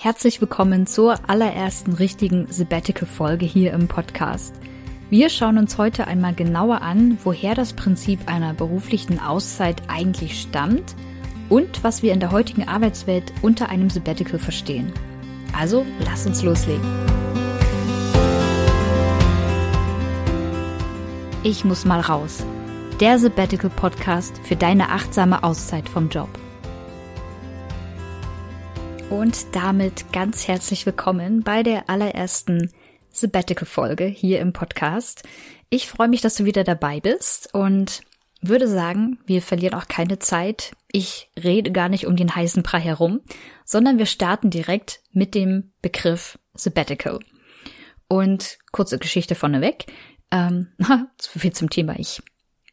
Herzlich willkommen zur allerersten richtigen Sabbatical-Folge hier im Podcast. Wir schauen uns heute einmal genauer an, woher das Prinzip einer beruflichen Auszeit eigentlich stammt und was wir in der heutigen Arbeitswelt unter einem Sabbatical verstehen. Also, lass uns loslegen. Ich muss mal raus. Der Sabbatical-Podcast für deine achtsame Auszeit vom Job. Und damit ganz herzlich willkommen bei der allerersten Sabbatical-Folge hier im Podcast. Ich freue mich, dass du wieder dabei bist und würde sagen, wir verlieren auch keine Zeit. Ich rede gar nicht um den heißen Brei herum, sondern wir starten direkt mit dem Begriff Sabbatical. Und kurze Geschichte vorneweg. So viel zum Thema. Ich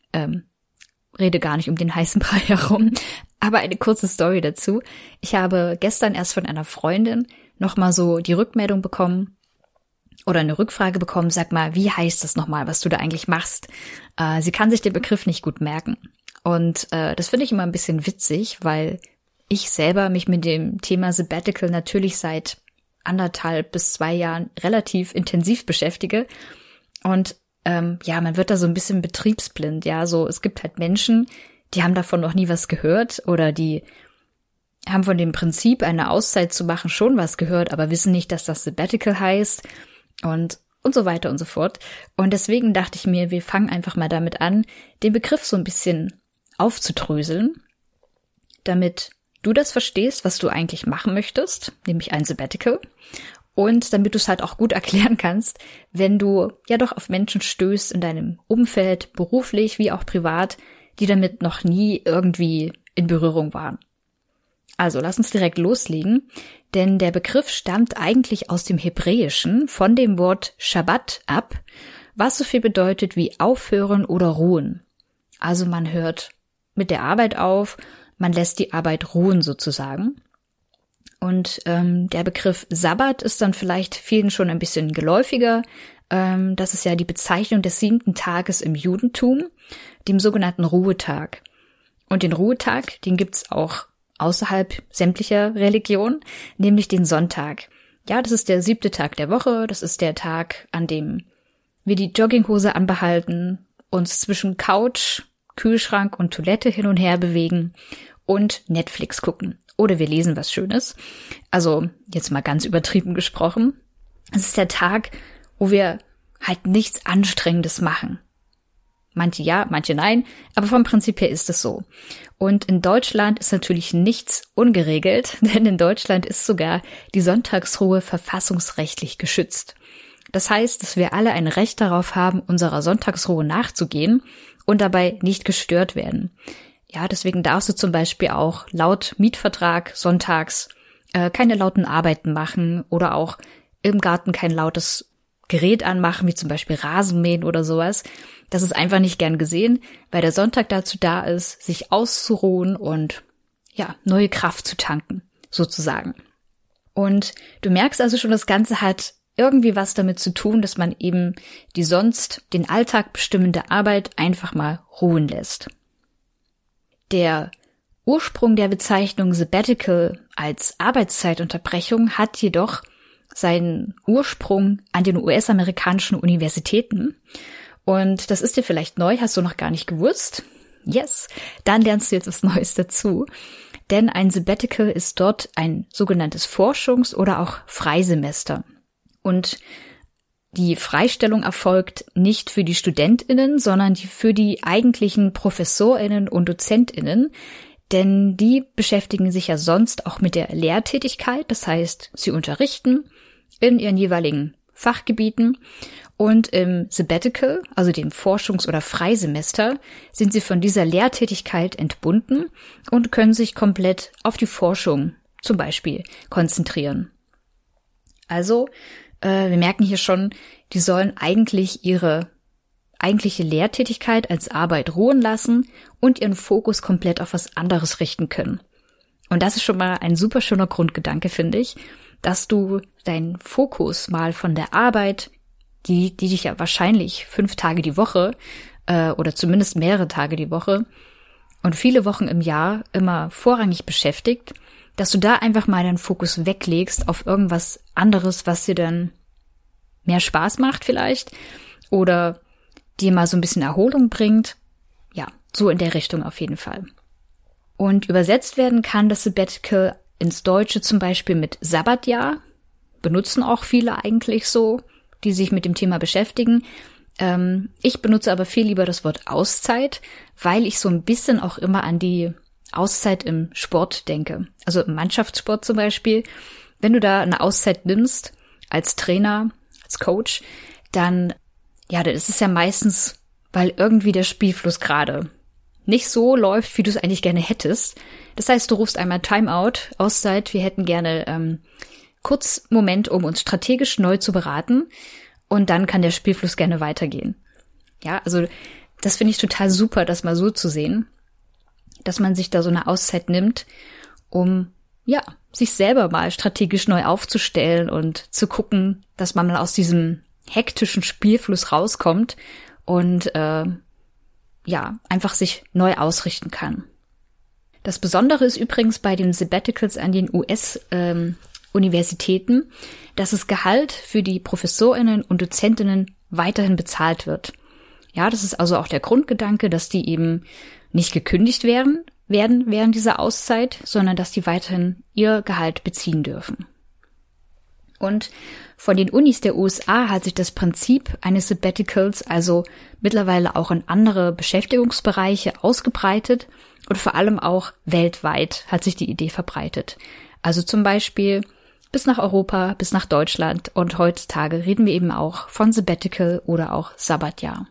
rede gar nicht um den heißen Brei herum. Aber eine kurze Story dazu. Ich habe gestern erst von einer Freundin nochmal so die Rückmeldung bekommen oder eine Rückfrage bekommen. Sag mal, wie heißt das nochmal, was du da eigentlich machst? Sie kann sich den Begriff nicht gut merken. Und das finde ich immer ein bisschen witzig, weil ich selber mich mit dem Thema Sabbatical natürlich seit 1,5 bis 2 Jahren relativ intensiv beschäftige. Und man wird da so ein bisschen betriebsblind. Ja, so es gibt halt Menschen, die haben davon noch nie was gehört oder die haben von dem Prinzip, eine Auszeit zu machen, schon was gehört, aber wissen nicht, dass das Sabbatical heißt und so weiter und so fort. Und deswegen dachte ich mir, wir fangen einfach mal damit an, den Begriff so ein bisschen aufzudröseln, damit du das verstehst, was du eigentlich machen möchtest, nämlich ein Sabbatical. Und damit du es halt auch gut erklären kannst, wenn du ja doch auf Menschen stößt in deinem Umfeld, beruflich wie auch privat, die damit noch nie irgendwie in Berührung waren. Also lass uns direkt loslegen, denn der Begriff stammt eigentlich aus dem Hebräischen von dem Wort Shabbat ab, was so viel bedeutet wie aufhören oder ruhen. Also man hört mit der Arbeit auf, man lässt die Arbeit ruhen sozusagen. Und der Begriff Sabbat ist dann vielleicht vielen schon ein bisschen geläufiger. Das ist ja die Bezeichnung des 7. Tages im Judentum, dem sogenannten Ruhetag. Und den Ruhetag, den gibt's auch außerhalb sämtlicher Religionen, nämlich den Sonntag. Ja, das ist der 7. Tag der Woche, das ist der Tag, an dem wir die Jogginghose anbehalten, uns zwischen Couch, Kühlschrank und Toilette hin und her bewegen und Netflix gucken. Oder wir lesen was Schönes. Also jetzt mal ganz übertrieben gesprochen. Es ist der Tag, wo wir halt nichts Anstrengendes machen. Manche ja, manche nein, aber vom Prinzip her ist es so. Und in Deutschland ist natürlich nichts ungeregelt, denn in Deutschland ist sogar die Sonntagsruhe verfassungsrechtlich geschützt. Das heißt, dass wir alle ein Recht darauf haben, unserer Sonntagsruhe nachzugehen und dabei nicht gestört werden. Ja, deswegen darfst du zum Beispiel auch laut Mietvertrag sonntags keine lauten Arbeiten machen oder auch im Garten kein lautes Gerät anmachen, wie zum Beispiel Rasenmähen oder sowas. Das ist einfach nicht gern gesehen, weil der Sonntag dazu da ist, sich auszuruhen und ja, neue Kraft zu tanken, sozusagen. Und du merkst also schon, das Ganze hat irgendwie was damit zu tun, dass man eben die sonst den Alltag bestimmende Arbeit einfach mal ruhen lässt. Der Ursprung der Bezeichnung Sabbatical als Arbeitszeitunterbrechung hat jedoch seinen Ursprung an den US-amerikanischen Universitäten. Und das ist dir vielleicht neu, hast du noch gar nicht gewusst? Yes, dann lernst du jetzt was Neues dazu. Denn ein Sabbatical ist dort ein sogenanntes Forschungs- oder auch Freisemester. Und die Freistellung erfolgt nicht für die StudentInnen, sondern für die eigentlichen ProfessorInnen und DozentInnen, denn die beschäftigen sich ja sonst auch mit der Lehrtätigkeit, das heißt, sie unterrichten in ihren jeweiligen Fachgebieten und im Sabbatical, also dem Forschungs- oder Freisemester, sind sie von dieser Lehrtätigkeit entbunden und können sich komplett auf die Forschung zum Beispiel konzentrieren. Also, wir merken hier schon, die sollen eigentlich ihre eigentliche Lehrtätigkeit als Arbeit ruhen lassen und ihren Fokus komplett auf was anderes richten können. Und das ist schon mal ein super schöner Grundgedanke, finde ich, dass du deinen Fokus mal von der Arbeit, die dich ja wahrscheinlich 5 Tage die Woche oder zumindest mehrere Tage die Woche und viele Wochen im Jahr immer vorrangig beschäftigt, dass du da einfach mal deinen Fokus weglegst auf irgendwas anderes, was dir dann mehr Spaß macht vielleicht oder dir mal so ein bisschen Erholung bringt. Ja, so in der Richtung auf jeden Fall. Und übersetzt werden kann das Sabbatical ins Deutsche zum Beispiel mit Sabbatjahr. Benutzen auch viele eigentlich so, die sich mit dem Thema beschäftigen. Ich benutze aber viel lieber das Wort Auszeit, weil ich so ein bisschen auch immer an die Auszeit im Sport denke. Also im Mannschaftssport zum Beispiel. Wenn du da eine Auszeit nimmst als Trainer, als Coach, dann ist es ja meistens, weil irgendwie der Spielfluss gerade nicht so läuft, wie du es eigentlich gerne hättest. Das heißt, du rufst einmal Timeout, Auszeit, wir hätten gerne kurz Moment, um uns strategisch neu zu beraten und dann kann der Spielfluss gerne weitergehen. Ja, also das finde ich total super, das mal so zu sehen, dass man sich da so eine Auszeit nimmt, um sich selber mal strategisch neu aufzustellen und zu gucken, dass man mal aus diesem hektischen Spielfluss rauskommt und einfach sich neu ausrichten kann. Das Besondere ist übrigens bei den Sabbaticals an den US-Universitäten, dass das Gehalt für die ProfessorInnen und DozentInnen weiterhin bezahlt wird. Ja, das ist also auch der Grundgedanke, dass die eben nicht gekündigt werden während dieser Auszeit, sondern dass die weiterhin ihr Gehalt beziehen dürfen. Und von den Unis der USA hat sich das Prinzip eines Sabbaticals also mittlerweile auch in andere Beschäftigungsbereiche ausgebreitet und vor allem auch weltweit hat sich die Idee verbreitet. Also zum Beispiel bis nach Europa, bis nach Deutschland und heutzutage reden wir eben auch von Sabbatical oder auch Sabbatjahr.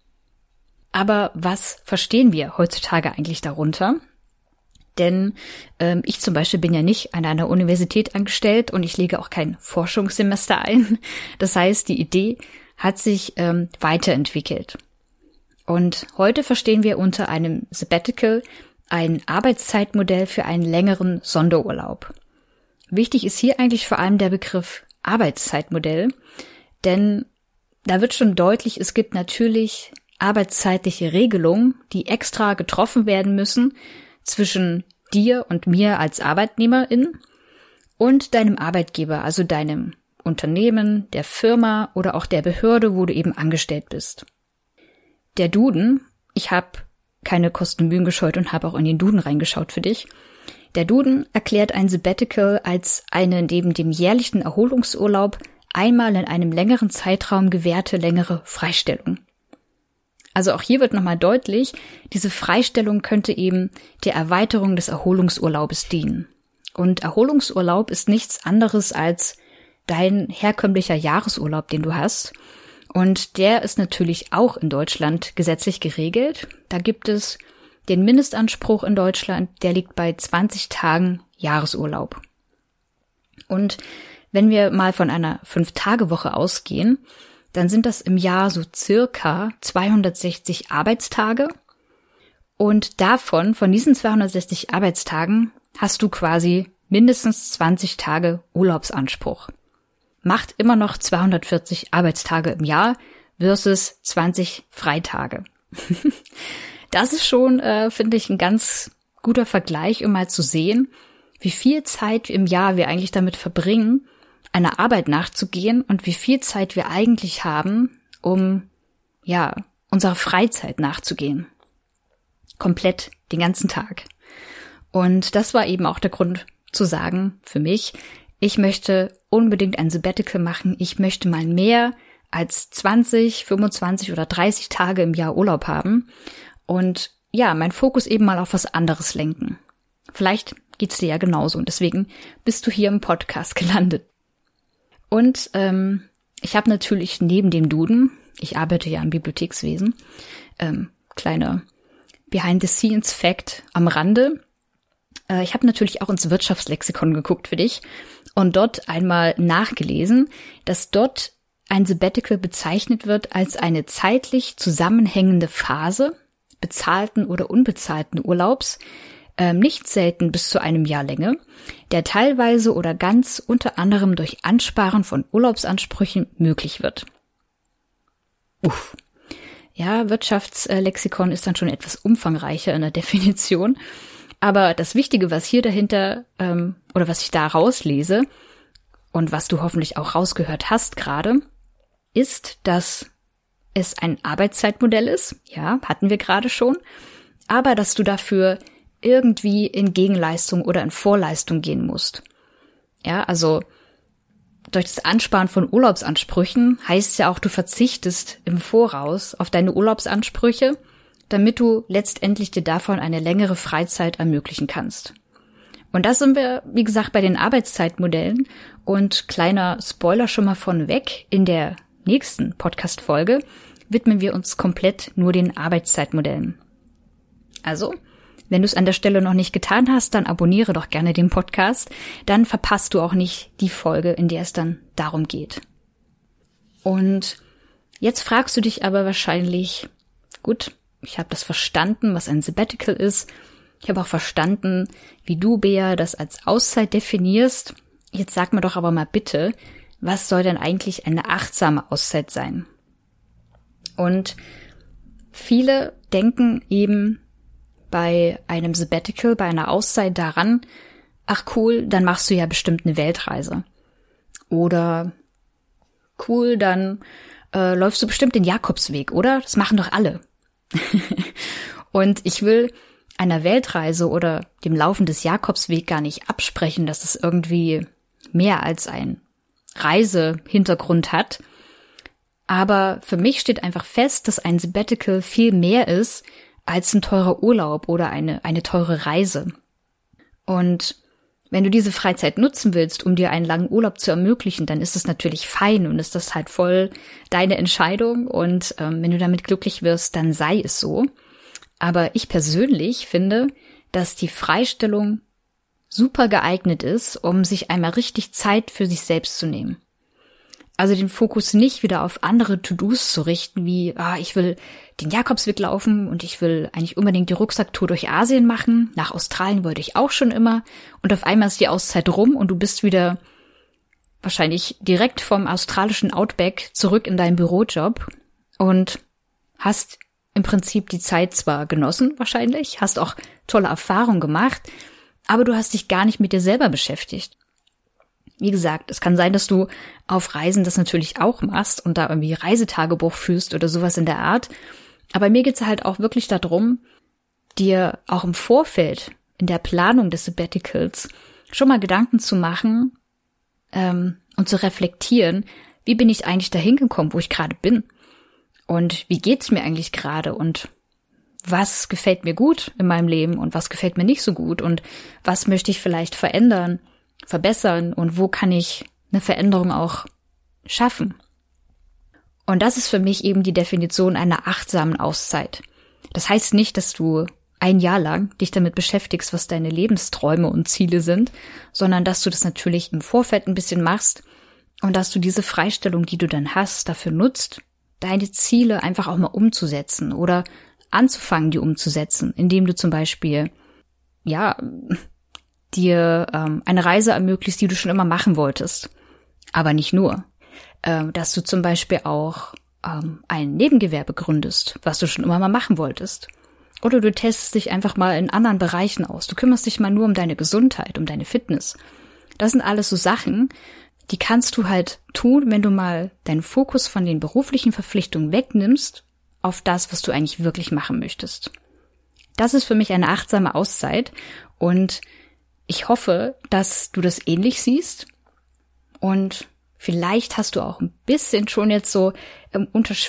Aber was verstehen wir heutzutage eigentlich darunter? Denn ich zum Beispiel bin ja nicht an einer Universität angestellt und ich lege auch kein Forschungssemester ein. Das heißt, die Idee hat sich weiterentwickelt. Und heute verstehen wir unter einem Sabbatical ein Arbeitszeitmodell für einen längeren Sonderurlaub. Wichtig ist hier eigentlich vor allem der Begriff Arbeitszeitmodell, denn da wird schon deutlich, es gibt natürlich arbeitszeitliche Regelungen, die extra getroffen werden müssen zwischen dir und mir als Arbeitnehmerin und deinem Arbeitgeber, also deinem Unternehmen, der Firma oder auch der Behörde, wo du eben angestellt bist. Der Duden, ich habe keine Kosten und Mühen gescheut und habe auch in den Duden reingeschaut für dich. Der Duden erklärt ein Sabbatical als eine neben dem jährlichen Erholungsurlaub einmal in einem längeren Zeitraum gewährte längere Freistellung. Also auch hier wird nochmal deutlich, diese Freistellung könnte eben der Erweiterung des Erholungsurlaubes dienen. Und Erholungsurlaub ist nichts anderes als dein herkömmlicher Jahresurlaub, den du hast. Und der ist natürlich auch in Deutschland gesetzlich geregelt. Da gibt es den Mindestanspruch in Deutschland, der liegt bei 20 Tagen Jahresurlaub. Und wenn wir mal von einer 5-Tage-Woche ausgehen, dann sind das im Jahr so circa 260 Arbeitstage. Und von diesen 260 Arbeitstagen, hast du quasi mindestens 20 Tage Urlaubsanspruch. Macht immer noch 240 Arbeitstage im Jahr versus 20 Freitage. Das ist schon, finde ich, ein ganz guter Vergleich, um mal zu sehen, wie viel Zeit im Jahr wir eigentlich damit verbringen, einer Arbeit nachzugehen und wie viel Zeit wir eigentlich haben, um, unserer Freizeit nachzugehen. Komplett den ganzen Tag. Und das war eben auch der Grund zu sagen, für mich, ich möchte unbedingt ein Sabbatical machen. Ich möchte mal mehr als 20, 25 oder 30 Tage im Jahr Urlaub haben und mein Fokus eben mal auf was anderes lenken. Vielleicht geht's dir ja genauso und deswegen bist du hier im Podcast gelandet. Und ich habe natürlich neben dem Duden, ich arbeite ja im Bibliothekswesen, kleiner Behind-the-Scenes-Fact am Rande. Ich habe natürlich auch ins Wirtschaftslexikon geguckt für dich und dort einmal nachgelesen, dass dort ein Sabbatical bezeichnet wird als eine zeitlich zusammenhängende Phase bezahlten oder unbezahlten Urlaubs, nicht selten bis zu einem Jahr Länge, der teilweise oder ganz unter anderem durch Ansparen von Urlaubsansprüchen möglich wird. Ja, Wirtschaftslexikon ist dann schon etwas umfangreicher in der Definition, Aber das Wichtige, was hier dahinter oder was ich da rauslese und was du hoffentlich auch rausgehört hast gerade, ist, dass es ein Arbeitszeitmodell ist. Ja, hatten wir gerade schon. Aber dass du dafür irgendwie in Gegenleistung oder in Vorleistung gehen musst. Ja, also durch das Ansparen von Urlaubsansprüchen heißt ja auch, du verzichtest im Voraus auf deine Urlaubsansprüche, damit du letztendlich dir davon eine längere Freizeit ermöglichen kannst. Und da sind wir, wie gesagt, bei den Arbeitszeitmodellen. Und kleiner Spoiler schon mal von weg, in der nächsten Podcast-Folge widmen wir uns komplett nur den Arbeitszeitmodellen. Also, wenn du es an der Stelle noch nicht getan hast, dann abonniere doch gerne den Podcast. Dann verpasst du auch nicht die Folge, in der es dann darum geht. Und jetzt fragst du dich aber wahrscheinlich, gut, ich habe das verstanden, was ein Sabbatical ist. Ich habe auch verstanden, wie du, Bea, das als Auszeit definierst. Jetzt sag mir doch aber mal bitte, was soll denn eigentlich eine achtsame Auszeit sein? Und viele denken eben bei einem Sabbatical, bei einer Auszeit daran, ach cool, dann machst du ja bestimmt eine Weltreise. Oder cool, dann läufst du bestimmt den Jakobsweg, oder? Das machen doch alle. Und ich will einer Weltreise oder dem Laufen des Jakobsweg gar nicht absprechen, dass es irgendwie mehr als ein Reisehintergrund hat. Aber für mich steht einfach fest, dass ein Sabbatical viel mehr ist als ein teurer Urlaub oder eine teure Reise. Und wenn du diese Freizeit nutzen willst, um dir einen langen Urlaub zu ermöglichen, dann ist es natürlich fein und ist das halt voll deine Entscheidung. Und wenn du damit glücklich wirst, dann sei es so. Aber ich persönlich finde, dass die Freistellung super geeignet ist, um sich einmal richtig Zeit für sich selbst zu nehmen. Also den Fokus nicht wieder auf andere To-Dos zu richten, wie, ich will den Jakobsweg laufen und ich will eigentlich unbedingt die Rucksacktour durch Asien machen. Nach Australien wollte ich auch schon immer. Und auf einmal ist die Auszeit rum und du bist wieder wahrscheinlich direkt vom australischen Outback zurück in deinen Bürojob und hast im Prinzip die Zeit zwar genossen, wahrscheinlich, hast auch tolle Erfahrungen gemacht, aber du hast dich gar nicht mit dir selber beschäftigt. Wie gesagt, es kann sein, dass du auf Reisen das natürlich auch machst und da irgendwie Reisetagebuch führst oder sowas in der Art. Aber mir geht's halt auch wirklich darum, dir auch im Vorfeld, in der Planung des Sabbaticals, schon mal Gedanken zu machen und zu reflektieren, wie bin ich eigentlich dahin gekommen, wo ich gerade bin? Und wie geht's mir eigentlich gerade? Und was gefällt mir gut in meinem Leben und was gefällt mir nicht so gut? Und was möchte ich vielleicht verändern, verbessern und wo kann ich eine Veränderung auch schaffen? Und das ist für mich eben die Definition einer achtsamen Auszeit. Das heißt nicht, dass du ein Jahr lang dich damit beschäftigst, was deine Lebensträume und Ziele sind, sondern dass du das natürlich im Vorfeld ein bisschen machst und dass du diese Freistellung, die du dann hast, dafür nutzt, deine Ziele einfach auch mal umzusetzen oder anzufangen, die umzusetzen, indem du zum Beispiel, dir eine Reise ermöglicht, die du schon immer machen wolltest. Aber nicht nur. Dass du zum Beispiel auch ein Nebengewerbe gründest, was du schon immer mal machen wolltest. Oder du testest dich einfach mal in anderen Bereichen aus. Du kümmerst dich mal nur um deine Gesundheit, um deine Fitness. Das sind alles so Sachen, die kannst du halt tun, wenn du mal deinen Fokus von den beruflichen Verpflichtungen wegnimmst auf das, was du eigentlich wirklich machen möchtest. Das ist für mich eine achtsame Auszeit und ich hoffe, dass du das ähnlich siehst und vielleicht hast du auch ein bisschen schon jetzt so im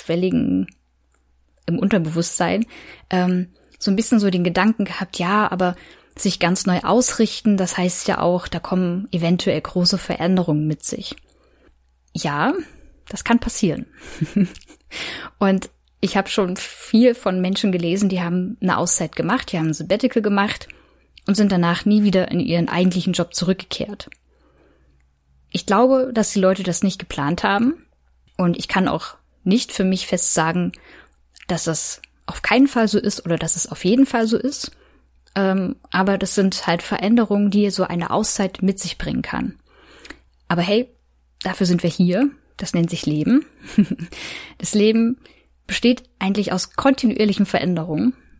Unterbewusstsein, so ein bisschen so den Gedanken gehabt, ja, aber sich ganz neu ausrichten, das heißt ja auch, da kommen eventuell große Veränderungen mit sich. Ja, das kann passieren. Und ich habe schon viel von Menschen gelesen, die haben eine Auszeit gemacht, die haben ein Sabbatical gemacht und sind danach nie wieder in ihren eigentlichen Job zurückgekehrt. Ich glaube, dass die Leute das nicht geplant haben und ich kann auch nicht für mich fest sagen, dass das auf keinen Fall so ist oder dass es auf jeden Fall so ist. Aber das sind halt Veränderungen, die so eine Auszeit mit sich bringen kann. Aber hey, dafür sind wir hier. Das nennt sich Leben. Das Leben besteht eigentlich aus kontinuierlichen Veränderungen.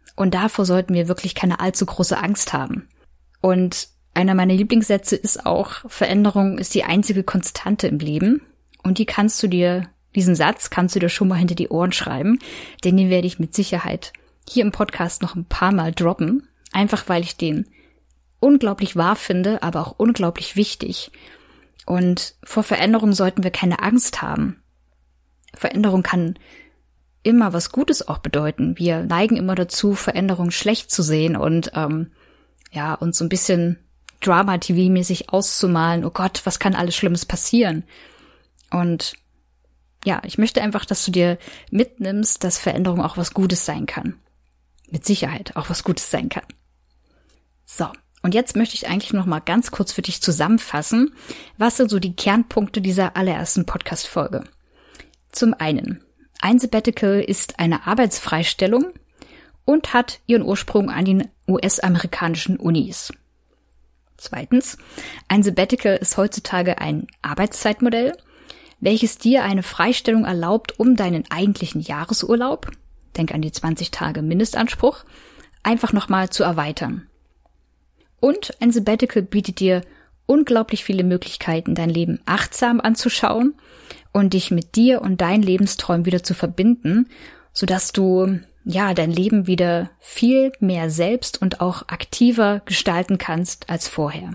Und davor sollten wir wirklich keine allzu große Angst haben. Und einer meiner Lieblingssätze ist auch, Veränderung ist die einzige Konstante im Leben. Und diesen Satz kannst du dir schon mal hinter die Ohren schreiben, denn den werde ich mit Sicherheit hier im Podcast noch ein paar Mal droppen. Einfach weil ich den unglaublich wahr finde, aber auch unglaublich wichtig. Und vor Veränderung sollten wir keine Angst haben. Veränderung kann immer was Gutes auch bedeuten. Wir neigen immer dazu, Veränderungen schlecht zu sehen und uns so ein bisschen Drama-TV-mäßig auszumalen. Oh Gott, was kann alles Schlimmes passieren? Und ja, ich möchte einfach, dass du dir mitnimmst, dass Veränderung auch was Gutes sein kann. Mit Sicherheit auch was Gutes sein kann. So, und jetzt möchte ich eigentlich noch mal ganz kurz für dich zusammenfassen, was sind so die Kernpunkte dieser allerersten Podcast-Folge. Zum einen, ein Sabbatical ist eine Arbeitsfreistellung und hat ihren Ursprung an den US-amerikanischen Unis. Zweitens, ein Sabbatical ist heutzutage ein Arbeitszeitmodell, welches dir eine Freistellung erlaubt, um deinen eigentlichen Jahresurlaub, denk an die 20 Tage Mindestanspruch, einfach nochmal zu erweitern. Und ein Sabbatical bietet dir unglaublich viele Möglichkeiten, dein Leben achtsam anzuschauen und dich mit dir und deinen Lebensträumen wieder zu verbinden, sodass du dein Leben wieder viel mehr selbst und auch aktiver gestalten kannst als vorher.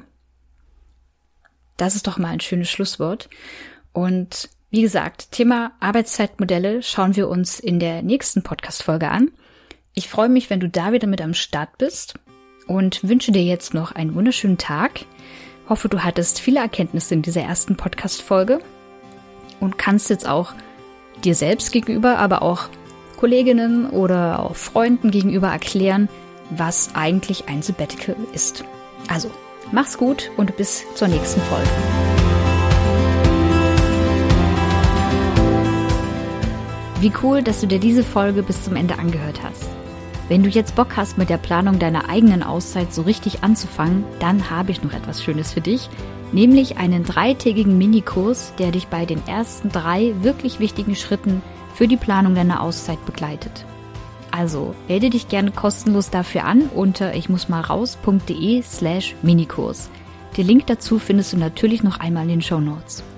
Das ist doch mal ein schönes Schlusswort. Und wie gesagt, Thema Arbeitszeitmodelle schauen wir uns in der nächsten Podcast-Folge an. Ich freue mich, wenn du da wieder mit am Start bist und wünsche dir jetzt noch einen wunderschönen Tag. Hoffe, du hattest viele Erkenntnisse in dieser ersten Podcast-Folge und kannst jetzt auch dir selbst gegenüber, aber auch Kolleginnen oder auch Freunden gegenüber erklären, was eigentlich ein Sabbatical ist. Also, mach's gut und bis zur nächsten Folge. Wie cool, dass du dir diese Folge bis zum Ende angehört hast. Wenn du jetzt Bock hast, mit der Planung deiner eigenen Auszeit so richtig anzufangen, dann habe ich noch etwas Schönes für dich, nämlich einen 3-tägigen Minikurs, der dich bei den ersten 3 wirklich wichtigen Schritten für die Planung deiner Auszeit begleitet. Also melde dich gerne kostenlos dafür an unter ichmussmalraus.de/Minikurs. Den Link dazu findest du natürlich noch einmal in den Shownotes.